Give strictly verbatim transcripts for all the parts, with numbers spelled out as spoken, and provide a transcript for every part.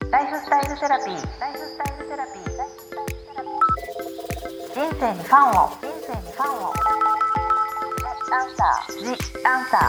ライフスタイルセラピー。ライフスタイルセラピー。人生にファンを。人生にファンを。アンサー。ジアンサ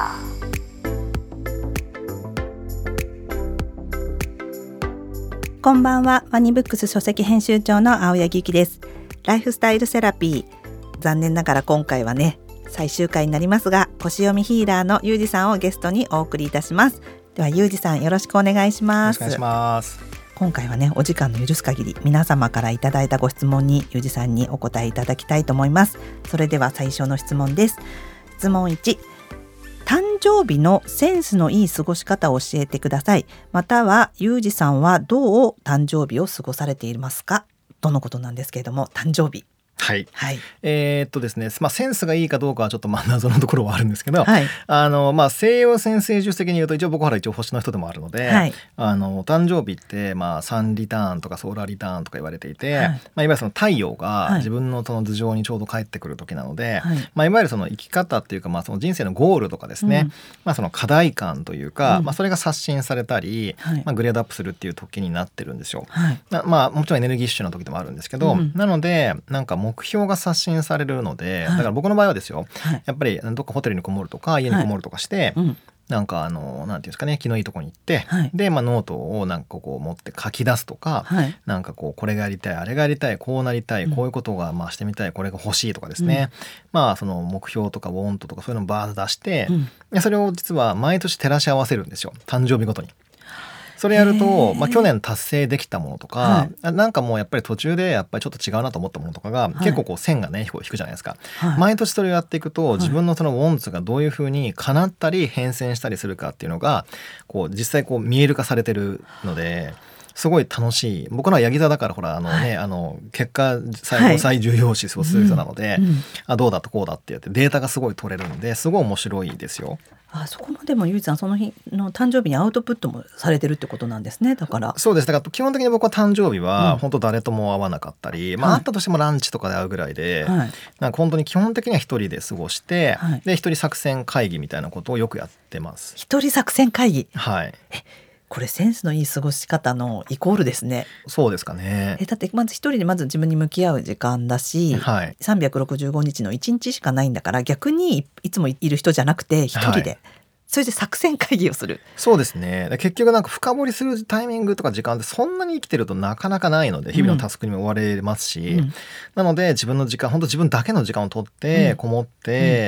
ー。こんばんは。ワニブックス書籍編集長の青柳ゆきです。ライフスタイルセラピー。残念ながら今回はね、最終回になりますが、星読みヒーラーのゆうじさんをゲストにお送りいたします。ではゆうじさん、よろしくお願いします。 よろしくお願いします。 今回はね、お時間の許す限り皆様からいただいたご質問にゆうじさんにお答えいただきたいと思います。それでは最初の質問です。質問いち、誕生日のセンスのいい過ごし方を教えてください。またはゆうじさんはどう誕生日を過ごされていますか、とのことなんですけれども、誕生日。 はい、 はい、 えー、っとですね、まあ、センスがいいかどうかはちょっとまあ謎のところはあるんですけど、 はい、あのまあ、西洋占星術的に言うと一応僕は一応星の人でもあるので、はい、あの誕生日ってまあサンリターンとかソーラーリターンとか言われていて、はい、まあ、いわゆるその太陽が自分のその頭上にちょうど帰ってくる時なので、はい、まあ、いわゆるその生き方っていうか、まあ、その人生のゴールとかですね、うん、まあ、その課題感というか、うん、まあ、それが刷新されたり、はい、まあ、グレードアップするっていう時になってるんですよ、はい、まあ、もちろんエネルギッシュな時でもあるんですけど、うん、なのでなんか目標が刷新されるので、はい、だから僕の場合はですよ、はい、やっぱりどっかホテルにこもるとか家にこもるとかして、はい、うん、なんかあのなんていうんですかね、気のいいとこに行って、はい、で、まあ、ノートをなんかこう持って書き出すとか、はい、なんかこうこれがやりたいあれがやりたいこうなりたい、うん、こういうことがまあしてみたいこれが欲しいとかですね、うん、まあその目標とかウォントとかそういうのをバーッと出して、うん、それを実は毎年照らし合わせるんですよ、誕生日ごとに。それやると、まあ、去年達成できたものとか、はい、なんかもうやっぱり途中でやっぱりちょっと違うなと思ったものとかが、はい、結構こう線がね引くじゃないですか、はい、毎年それをやっていくと、自分のそのウォンツがどういうふうに叶ったり変遷したりするかっていうのがこう実際こう見える化されてるので、すごい楽しい。僕らはヤギ座だからほらあの、ね、はい、あの結果最後最重要視する人なので、はい、うんうん、あどうだってこうだってやってデータがすごい取れるんですごい面白いですよ。 あそこまでもゆうじさんその日の誕生日にアウトプットもされてるってことなんですね。だからそうです。だから基本的に僕は誕生日は本当誰とも会わなかったり、うん、まあ、会ったとしてもランチとかで会うぐらいで、はい、なんか本当に基本的には一人で過ごして、はい、で一人作戦会議みたいなことをよくやってます。 一人作戦会議、 はい、 えこれセンスのいい過ごし方のイコールですね。 そうですかね。 えだってまず一人でまず自分に向き合う時間だし、はい、さんびゃくろくじゅうごにちのいちにちしかないんだから、逆にいつもいる人じゃなくて一人で、はい、それで作戦会議をする。 そうですね。結局なんか深掘りするタイミングとか時間ってそんなに生きてるとなかなかないので、日々のタスクにも追われますし、うん、なので自分の時間本当自分だけの時間を取ってこもって、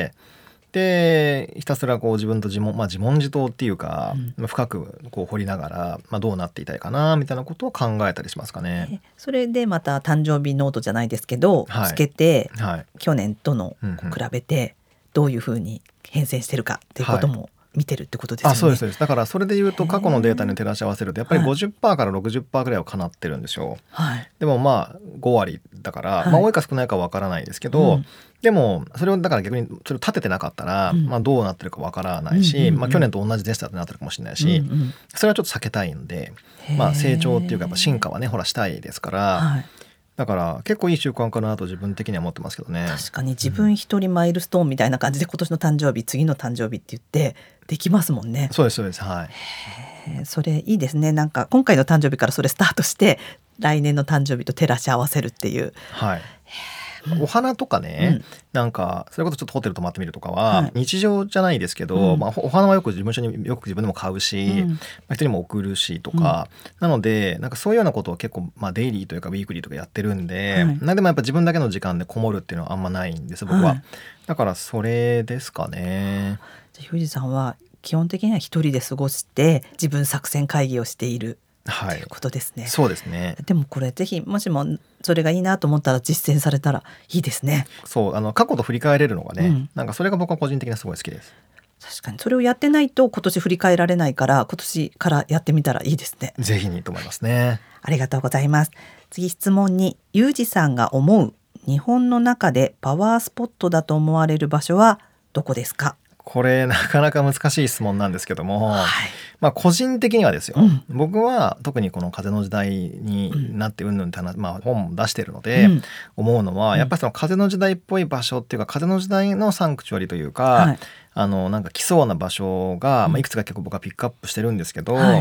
うんうん、でひたすらこう自分と自問、まあ、自問自答っていうか、うん、深くこう掘りながら、まあ、どうなっていたいかなみたいなことを考えたりしますかね。 それでまた誕生日ノートじゃないですけど、はい、つけて、はい、去年との比べてどういうふうに変遷してるかっていうことも、はい、見てるってことですよね。 あ、そうですそうです。だからそれでいうと過去のデータに照らし合わせるとやっぱり ごじゅっパーセント から ろくじゅっパーセント ぐらいは叶ってるんですよ、はい、でもまあごわりだから、はい、まあ、多いか少ないかは分からないですけど、うん、でもそれをだから逆にそれを立ててなかったら、うん、まあ、どうなってるか分からないし、うんうんうん、まあ、去年と同じでしたってなってるかもしれないし、うんうん、それはちょっと避けたいんで、まあ、成長っていうかやっぱ進化はねほらしたいですから、はい、だから結構いい習慣かなと自分的には思ってますけどね。 確かに自分一人マイルストーンみたいな感じで、うん、今年の誕生日次の誕生日って言ってできますもんね。 そうですそうです、はい。 へそれいいですね。なんか今回の誕生日からそれスタートして来年の誕生日と照らし合わせるっていう、 はい、お花とかね、うん、なんかそれこそちょっとホテル泊まってみるとかは、はい、日常じゃないですけど、うん、まあ、お花はよく事務所によく自分でも買うし、うん、まあ、人にも送るしとか、うん、なのでなんかそういうようなことを結構、まあ、デイリーというかウィークリーとかやってるんで、はい、なんでもやっぱ自分だけの時間でこもるっていうのはあんまないんです僕は、はい、だからそれですかね。 じゃあ藤さんは基本的には一人で過ごして自分作戦会議をしている、はい、ということですね。 そうですね。 でもこれぜひもしもそれがいいなと思ったら実践されたらいいですね。 そうあの過去と振り返れるのがね、うん、なんかそれが僕は個人的にはすごい好きです。 確かにそれをやってないと今年振り返られないから、今年からやってみたらいいですね。 ぜひにと思いますね。 ありがとうございます。次質問に、ゆうじさんが思う日本の中でパワースポットだと思われる場所はどこですか？これなかなか難しい質問なんですけども、はい、まあ、個人的にはですよ、うん、僕は特にこの風の時代になってうんぬんって話、まあ、本も出してるので、うん、思うのはやっぱりその風の時代っぽい場所っていうか、風の時代のサンクチュアリというか、はい、あのなんか来そうな場所が、まあ、いくつか結構僕はピックアップしてるんですけど、はい、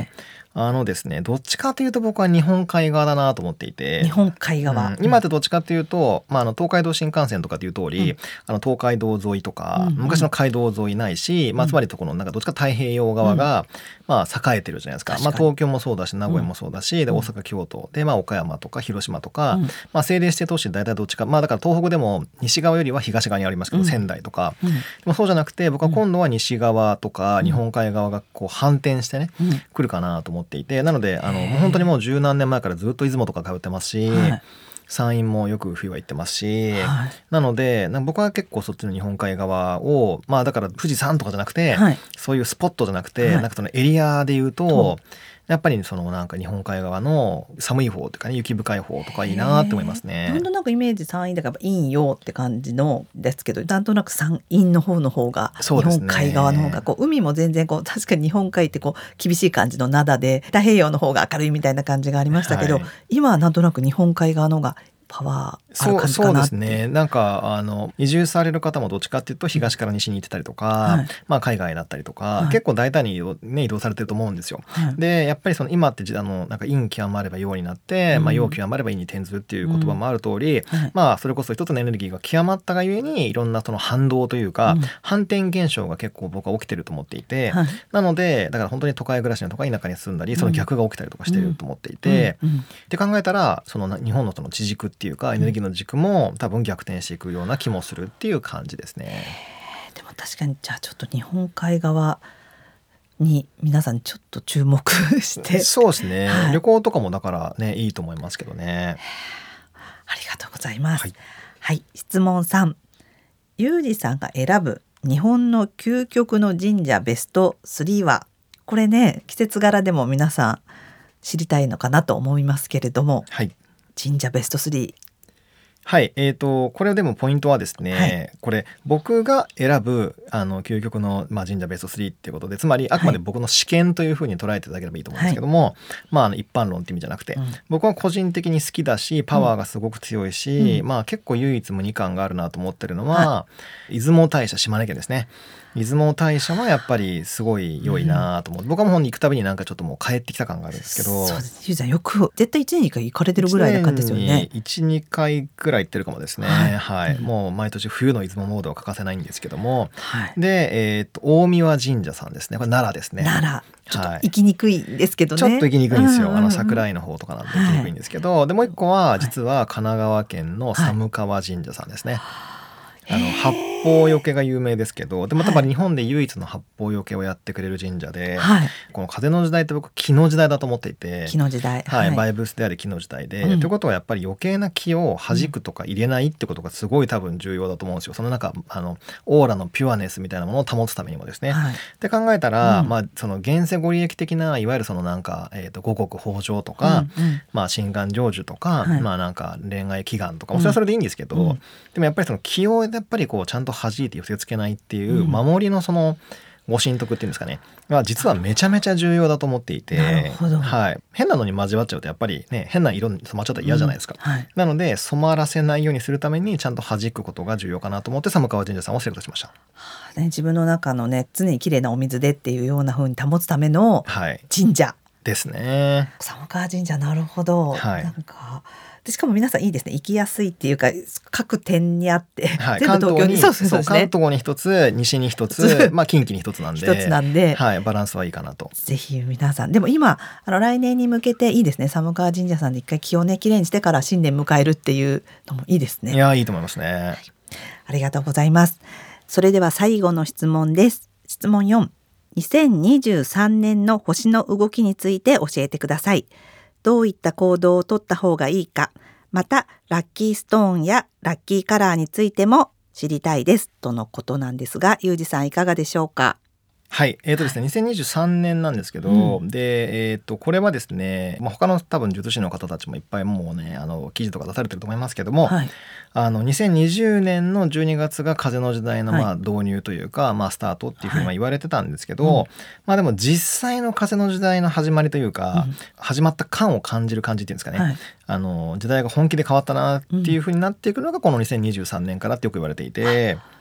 あのですね、どっちかというと僕は日本海側だなと思っていて、 日本海側、 うん、今ってどっちかというと、まあ、あの東海道新幹線とかっていう通り、うん、あの東海道沿いとか、うんうん、昔の街道沿いないし、まあ、つまりとこのなんかどっちか太平洋側が、うんまあ、栄えてるじゃないですか。まあ、東京もそうだし名古屋もそうだし、うん、で大阪京都で、まあ、岡山とか広島とか、うんまあ、政令指定都市で大体どっちか、まあ、だから東北でも西側よりは東側にありますけど、うん、仙台とか、うん、でもそうじゃなくて僕は今度は西側とか日本海側がこう反転してね、うん、来るかなと思っていて、なのであのもう本当にもう十何年前からずっと出雲とか通ってますし、はい山陰もよく冬は行ってますし、はい、なのでな僕は結構そっちの日本海側をまあだから富士山とかじゃなくて、はい、そういうスポットじゃなくて、はい、なんかそのエリアで言うとやっぱりそのなんか日本海側の寒い方というかね雪深い方とかいいなって思いますね。 なんとなくイメージ山陰だから陰陽って感じのですけど、なんとなく山陰の方の方が日本海側の方がこう海も全然こう確かに日本海ってこう厳しい感じの灘で太平洋の方が明るいみたいな感じがありましたけど、はい、今はなんとなく日本海側の方がパワーある感じかなって。そう、そうですね。なんかあの移住される方もどっちかっていうと東から西に行ってたりとか、はいまあ、海外だったりとか、はい、結構大胆に移動、ね、移動されてると思うんですよ。はい、でやっぱりその今ってあのなんか陰極まれば陽になって、うんまあ、陽極まれば陰に転ずるっていう言葉もある通り、うんはいまあ、それこそ一つのエネルギーが極まったがゆえにいろんなその反動というか、うん、反転現象が結構僕は起きてると思っていて、はい、なのでだから本当に都会暮らしのとか田舎に住んだりその逆が起きたりとかしてると思っていて、うんうんうん、って考えたらその日本のその地軸っていうかエネルギーの軸も多分逆転していくような気もするっていう感じですね。 でも確かにじゃあちょっと日本海側に皆さんちょっと注目してそうですね、はい、旅行とかもだからねいいと思いますけどね。 ありがとうございます。はい、はい、質問さん、ゆうじさんが選ぶ日本の究極の神社ベストスリーは、これね季節柄でも皆さん知りたいのかなと思いますけれども、はい、神社ベストスリー。 はい、えーと、これでもポイントはですね、はい、これ僕が選ぶあの究極の、まあ、神社ベストスリーっていうことで、つまりあくまで僕の試験というふうに捉えていただければいいと思うんですけども、はいまあ、あの一般論って意味じゃなくて、うん、僕は個人的に好きだしパワーがすごく強いし、うんまあ、結構唯一無二感があるなと思ってるのは、はい、出雲大社島根県ですね。出雲大社はやっぱりすごい良いなと思って、うん、僕はもう行くたびになんかちょっともう帰ってきた感があるんですけど。 そうです。ゆうさんよく絶対いちねんにいっかい行かれてるぐらいな感じですよね。 いちにかいくらい行ってるかもですね。はい、はいうん、もう毎年冬の出雲モードは欠かせないんですけども、はい、で、えー、と大神神社さんですね。これ奈良ですね。 奈良ちょっと行きにくいんですけどね。 ちょっと行きにくいんですよ、うんうんうん、あの桜井の方とかなんで行きにくいんですけど、はい、でもう一個は実は神奈川県の寒川神社さんですね。はいあの八方よけが有名ですけど、でも多分日本で唯一の八方よけをやってくれる神社で、はい、この風の時代って僕気の時代だと思っていて、 気の時代、 はいはい、バイブスであり気の時代で、うん、ということはやっぱり余計な気を弾くとか入れないってことがすごい多分重要だと思うんですよ。その中あのオーラのピュアネスみたいなものを保つためにもですね、はい、って考えたら、うんまあ、その現世ご利益的ないわゆるそのなんか、えー、と五穀豊穣とか、うんうんまあ、心願成就とか、はいまあ、なんか恋愛祈願とかもそれはそれでいいんですけど、うん、でもやっぱりその気をやっぱりこうちゃんと弾いて寄せつけないっていう守りのそのご神徳っていうんですかね、は実はめちゃめちゃ重要だと思っていて、 なるほど、 はい、変なのに交わっちゃうとやっぱりね変な色に染まっちゃったら嫌じゃないですか、うんはい、なので染まらせないようにするためにちゃんと弾くことが重要かなと思って寒川神社さんをセレクトしました。はあね、自分の中のね常に綺麗なお水でっていうような風に保つための神社、はい、 ですね。 寒川神社なるほど、はい、なんかでしかも皆さんいいですね、行きやすいっていうか各点にあって、 はい、全部東京にそうそうそうですね、関東に一つ西に一つ、まあ、近畿に一つなんで一つなんで、 はい、バランスはいいかなと。 ぜひ皆さんでも今あの来年に向けていいですね、寒川神社さんで一回気をねきれいにしてから新年迎えるっていうのもいいですね。 いやいいと思いますね、はい、 ありがとうございます。それでは最後の質問です。質問よん、にせんにじゅうさんねんの星の動きについて教えてください。どういった行動をとった方がいいか、またラッキーストーンやラッキーカラーについても知りたいですとのことなんですが、ゆうじさんいかがでしょうか。 はい、えーとですね、にせんにじゅうさんねんなんですけど、うん、で、えーと、これはですね、まあ、他の多分術師の方たちもいっぱいもうねあの記事とか出されてると思いますけども、はい、あのにせんにじゅうねんのじゅうにがつが風の時代のまあ導入というか、はいまあ、スタートっていうふうに言われてたんですけど、はいうんまあ、でも実際の風の時代の始まりというか、うん、始まった感を感じる感じっていうんですかね、はい、あの時代が本気で変わったなっていうふうになっていくのがこのにせんにじゅうさんねんからってよく言われていて、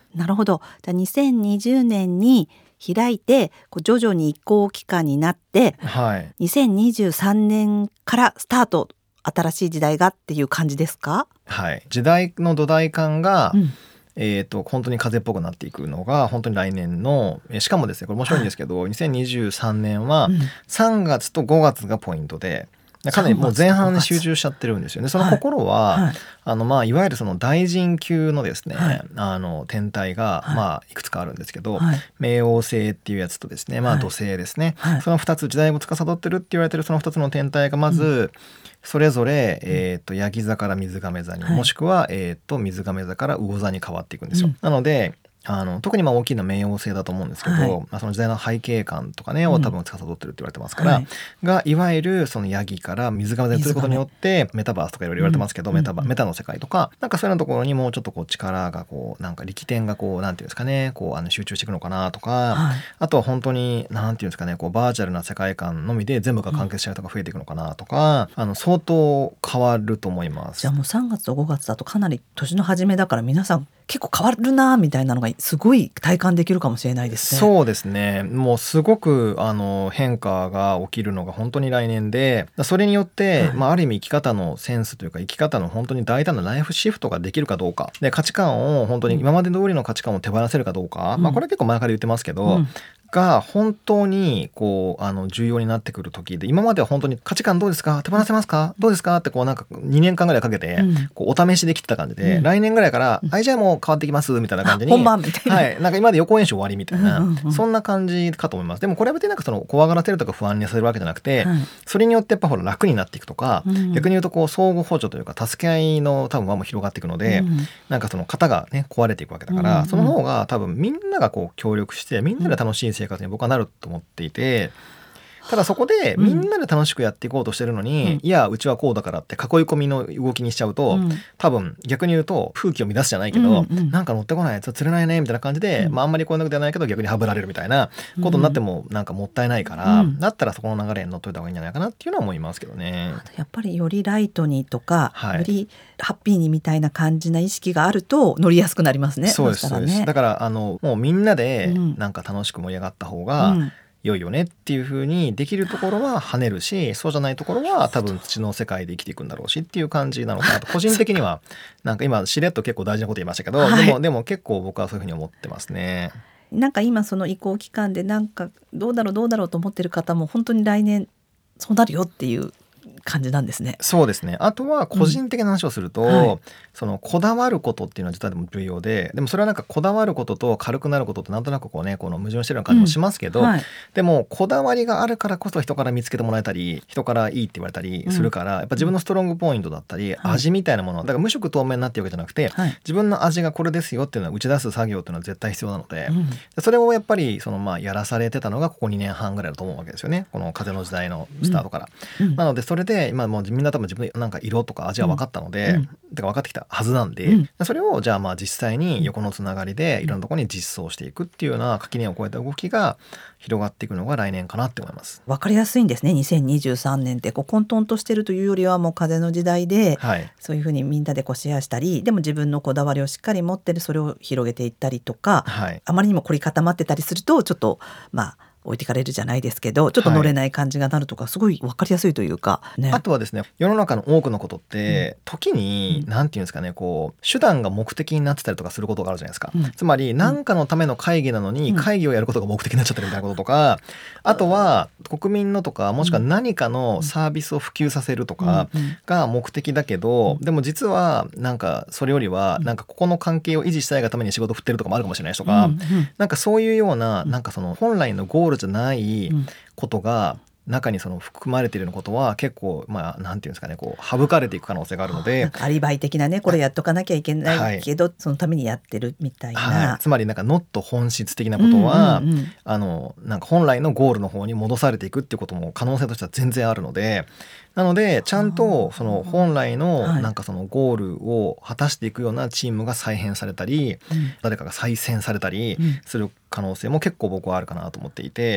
なるほど。じゃあにせんにじゅうねんに開いてこう徐々に移行期間になって、 はい、 にせんにじゅうさんねんからスタート、新しい時代がっていう感じですか？ はい、時代の土台感が、 うんえー、と本当に風っぽくなっていくのが本当に来年の、しかもですねこれ面白いんですけど、はい、にせんにじゅうさんねんはさんがつとごがつがポイントで、かなりもう前半に集中しちゃってるんですよね。その心は、はいはい、あのまあいわゆるその大臣級のですね、はい、あの天体が、はい、まあいくつかあるんですけど、はい、冥王星っていうやつとですね、まあ土星ですね、はい、そのふたつ時代を司ってるって言われてるそのふたつの天体がまず、うん、それぞれ、えー、とヤギ座から水亀座に、はい、もしくは、えー、と水亀座から魚座に変わっていくんですよ。うん、なのであの特にまあ大きいのは冥王星だと思うんですけど、はい、まあ、その時代の背景感とかねを多分司ってるって言われてますから、うん、はい、がいわゆるそのヤギから水亀座に移ることによってメタバースとかいろいろ言われてますけど、うん、メタバメタの世界とかなんかそういうところにもうちょっとこう力がこうなんか力点がこうなんていうんですかね、こうあの集中していくのかなとか、はい、あとは本当になんていうんですかね、こうバーチャルな世界観のみで全部が完結しちゃう人が増えていくのかなとか、うん、あの相当変わると思います。 じゃあもうさんがつとごがつだとかなり年の初めだから皆さん結構変わるなみたいなのがすごい体感できるかもしれないですね。 そうですね、もうすごくあの変化が起きるのが本当に来年で、それによって、はい、まあ、ある意味生き方のセンスというか生き方の本当に大胆なライフシフトができるかどうかで、価値観を本当に今まで通りの価値観を手放せるかどうか、うん、まあ、これは結構前から言ってますけど、うん、が本当にこうあの重要になってくる時で、今までは本当に価値観どうですか、手放せますか、どうですかってこうなんかにねんかんぐらいかけてこうお試しできてた感じで、うん、来年ぐらいから、うん、はいじゃあもう変わってきますみたいな感じに、 本番みたいな、 はい、なんか今まで予行演習終わりみたいな、うんうんうん、そんな感じかと思います。でもこれは別になんかその怖がらせるとか不安にさせるわけじゃなくて、はい、それによってやっぱほら楽になっていくとか、うん、逆に言うとこう相互補助というか助け合いの多分輪も広がっていくので、うん、なんかその型がね壊れていくわけだから、うんうん、その方が多分みんながこう協力してみんなで楽しい生活に僕はなると思っていて、ただそこでみんなで楽しくやっていこうとしてるのに、うん、いやうちはこうだからって囲い込みの動きにしちゃうと、うん、多分逆に言うと風紀を乱すじゃないけど、うんうん、なんか乗ってこないやつは釣れないねみたいな感じで、うん、まあ、あんまりこういうのではないけど逆にはぶられるみたいなことになってもなんかもったいないから、うん、だったらそこの流れに乗っといた方がいいんじゃないかなっていうのは思いますけどね。 やっぱりよりライトにとか、はい、よりハッピーにみたいな感じな意識があると乗りやすくなりますね。 そうです、そうです。だからあのもうみんなでなんか楽しく盛り上がった方が、うん、良いよねっていう風にできるところは跳ねるし、そうじゃないところは多分土の世界で生きていくんだろうしっていう感じなのかなと個人的にはなんか今しれっと結構大事なこと言いましたけど、はい、でもでも結構僕はそういう風に思ってますね。 なんか今その移行期間でなんかどうだろうどうだろうと思ってる方も本当に来年そうなるよっていう感じなんですね。 そうですね。あとは個人的な話をすると、うんはい、そのこだわることっていうのは実はでも重要で、でもそれはなんかこだわることと軽くなることってなんとなくこうねこの矛盾してるような感じもしますけど、うんはい、でもこだわりがあるからこそ人から見つけてもらえたり人からいいって言われたりするから、うん、やっぱ自分のストロングポイントだったり、うん、味みたいなものだから無色透明になっているわけじゃなくて、はい、自分の味がこれですよっていうのは打ち出す作業っていうのは絶対必要なので、うん、それをやっぱりそのまあやらされてたのがここにねんはんぐらいだと思うわけですよね、この風の時代のスタートから、うんうん、なのでそれで今もうみんな多分自分なんか色とか味は分かったので、うん、だから分かってきたはずなんで、うん、それをじゃあまあ実際に横のつながりでいろんなところに実装していくっていうような垣根を越えた動きが広がっていくのが来年かなって思います。 分かりやすいんですね。にせんにじゅうさんねんってこう混沌としてるというよりはもう風の時代で、はい、そういうふうにみんなでこうシェアしたり、でも自分のこだわりをしっかり持ってるそれを広げていったりとか、はい、あまりにも凝り固まってたりするとちょっとまあ置いてかれるじゃないですけどちょっと乗れない感じがなるとか、はい、すごい分かりやすいというか、ね、 あとはですね世の中の多くのことって、うん、時に何て言うんですかねこう手段が目的になってたりとかすることがあるじゃないですか、うん、つまり何かのための会議なのに会議をやることが目的になっちゃってるみたいなこととか、うん、あとは国民のとかもしくは何かのサービスを普及させるとかが目的だけど、でも実はなんかそれよりはなんかここの関係を維持したいがために仕事を振ってるとかもあるかもしれないしとか、うんうん、なんかそういうようななんかその本来のゴールじゃないことが中にその含まれていることは結構まあなんていうんですかねこう省かれていく可能性があるので、 なんかアリバイ的なねこれやっとかなきゃいけないけど、はい、そのためにやってるみたいな、 はい、つまりなんかノット本質的なことは、うんうんうん、あのなんか本来のゴールの方に戻されていくっていうことも可能性としては全然あるので、なのでちゃんとその本来のなんかそのゴールを果たしていくようなチームが再編されたり、うん、誰かが再選されたりする可能性も結構僕はあるかなと思っていて、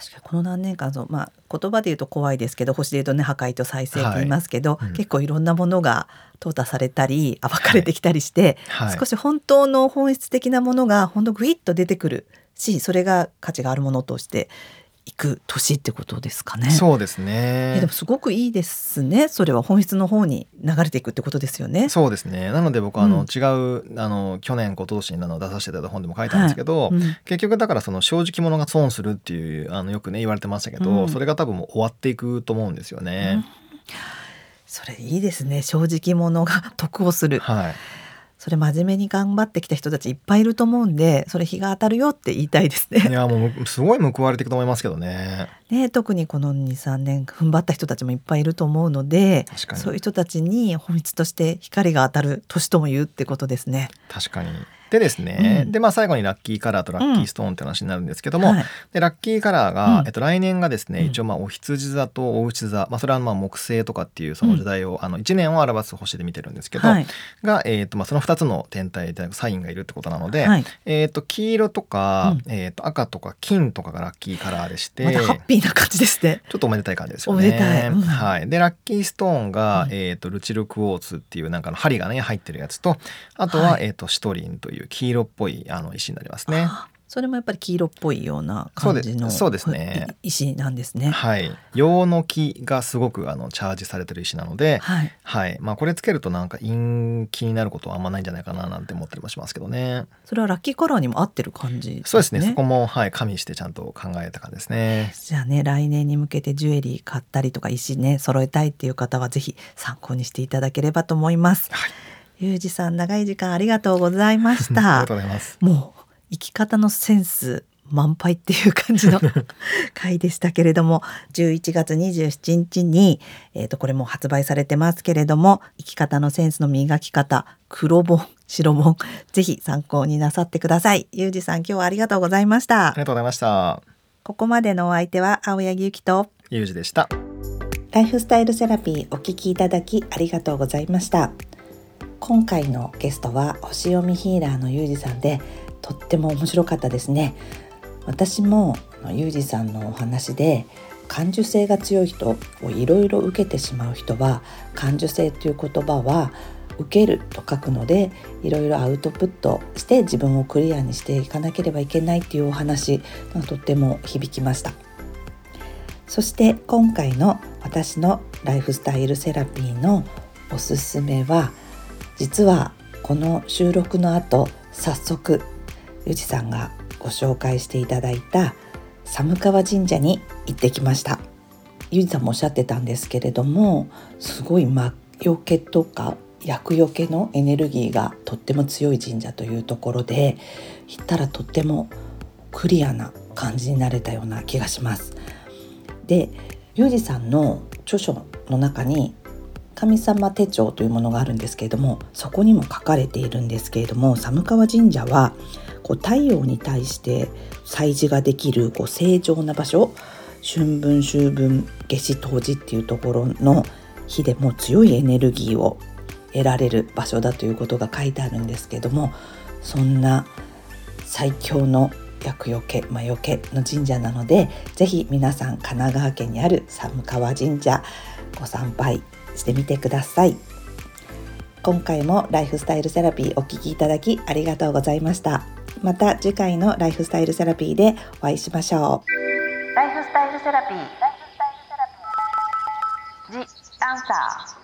確かにこの何年間の、まあ、言葉で言うと怖いですけど、星で言うとね破壊と再生って言いますけど、はいうん、結構いろんなものが淘汰されたり暴かれてきたりして、はいはい、少し本当の本質的なものが本当グイッと出てくるし、それが価値があるものとしていく年ってことですかね。 そうですね。 えでもすごくいいですね。それは本質の方に流れていくってことですよね。 そうですね。なので僕はあの、うん、違うあの去年今年に出させていただいた本でも書いたんですけど、はいうん、結局だからその正直者が損するっていうあのよくね言われてましたけど、うん、それが多分もう終わっていくと思うんですよね、うん、 それいいですね。正直者が得をする、はいそれ真面目に頑張ってきた人たちいっぱいいると思うんで、それ日が当たるよって言いたいですね。 いやもうすごい報われていくと思いますけどね。 ね特にこの に,さん 年踏ん張った人たちもいっぱいいると思うので、そういう人たちに本質として光が当たる年とも言うってことですね。 確かに。でですね、うん、でまあ最後にラッキーカラーとラッキーストーンって話になるんですけども、うんはい、でラッキーカラーが、うんえっと、来年がですね、一応まあお羊座とお牛座、まあ、それはまあ木星とかっていうその時代を、うん、あのいちねんを表す星で見てるんですけど、はい、が、えーとまあ、そのふたつの天体でサインがいるってことなので、はいえー、と黄色とか、うんえー、と赤とか金とかがラッキーカラーでして、 またハッピーな感じですね。 ちょっとおめでたい感じですよね。 おめでたい、うんはい、でラッキーストーンが、うんえー、とルチルクォーツっていうなんかの針がね入ってるやつと、あとは、はいえー、とシトリンという黄色っぽいあの石になりますね。 それもやっぱり黄色っぽいような感じのそうですね石なんですね。 はい、陽の木がすごくあのチャージされてる石なので、はいはいまあ、これつけるとなんか陰気になることはあんまないんじゃないかななんて思ったりもしますけどね。 それはラッキーカラーにも合ってる感じですね。 そうですね。そこも、はい、加味してちゃんと考えた感じですね。 じゃあね来年に向けてジュエリー買ったりとか石ね揃えたいっていう方はぜひ参考にしていただければと思います。はいゆうじさん長い時間ありがとうございました。 ありがとうございます。 もう生き方のセンス満杯っていう感じの回でしたけれどもじゅういちがつにじゅうしちにちに、えー、とこれも発売されてますけれども生き方のセンスの磨き方黒本白本ぜひ参考になさってください。ゆうじさん今日はありがとうございました。 ありがとうございました。 ここまでのお相手は青柳ゆきとゆうじでした。 ライフスタイルセラピーお聞きいただきありがとうございました。今回のゲストは星読みヒーラーのゆうじさんでとっても面白かったですね。私もゆうじさんのお話で感受性が強い人をいろいろ受けてしまう人は感受性という言葉は受けると書くのでいろいろアウトプットして自分をクリアにしていかなければいけないというお話がとっても響きました。そして今回の私のライフスタイルセラピーのおすすめは実はこの収録の後早速ゆうじさんがご紹介していただいた寒川神社に行ってきました。ゆうじさんもおっしゃってたんですけれどもすごい魔除けとか厄除けのエネルギーがとっても強い神社というところで行ったらとってもクリアな感じになれたような気がします。でゆうじさんの著書の中に神様手帳というものがあるんですけれどもそこにも書かれているんですけれども寒川神社はこう太陽に対して祭事ができるこう正常な場所春分秋分夏至冬至っていうところの日でも強いエネルギーを得られる場所だということが書いてあるんですけれどもそんな最強の厄除け魔除けの神社なのでぜひ皆さん神奈川県にある寒川神社ご参拝してみてください。今回もライフスタイルセラピーお聞きいただきありがとうございました。また次回のライフスタイルセラピーでお会いしましょう。ライフスタイルセラピー、ライフスタイルセラピー、ジ・アンサー。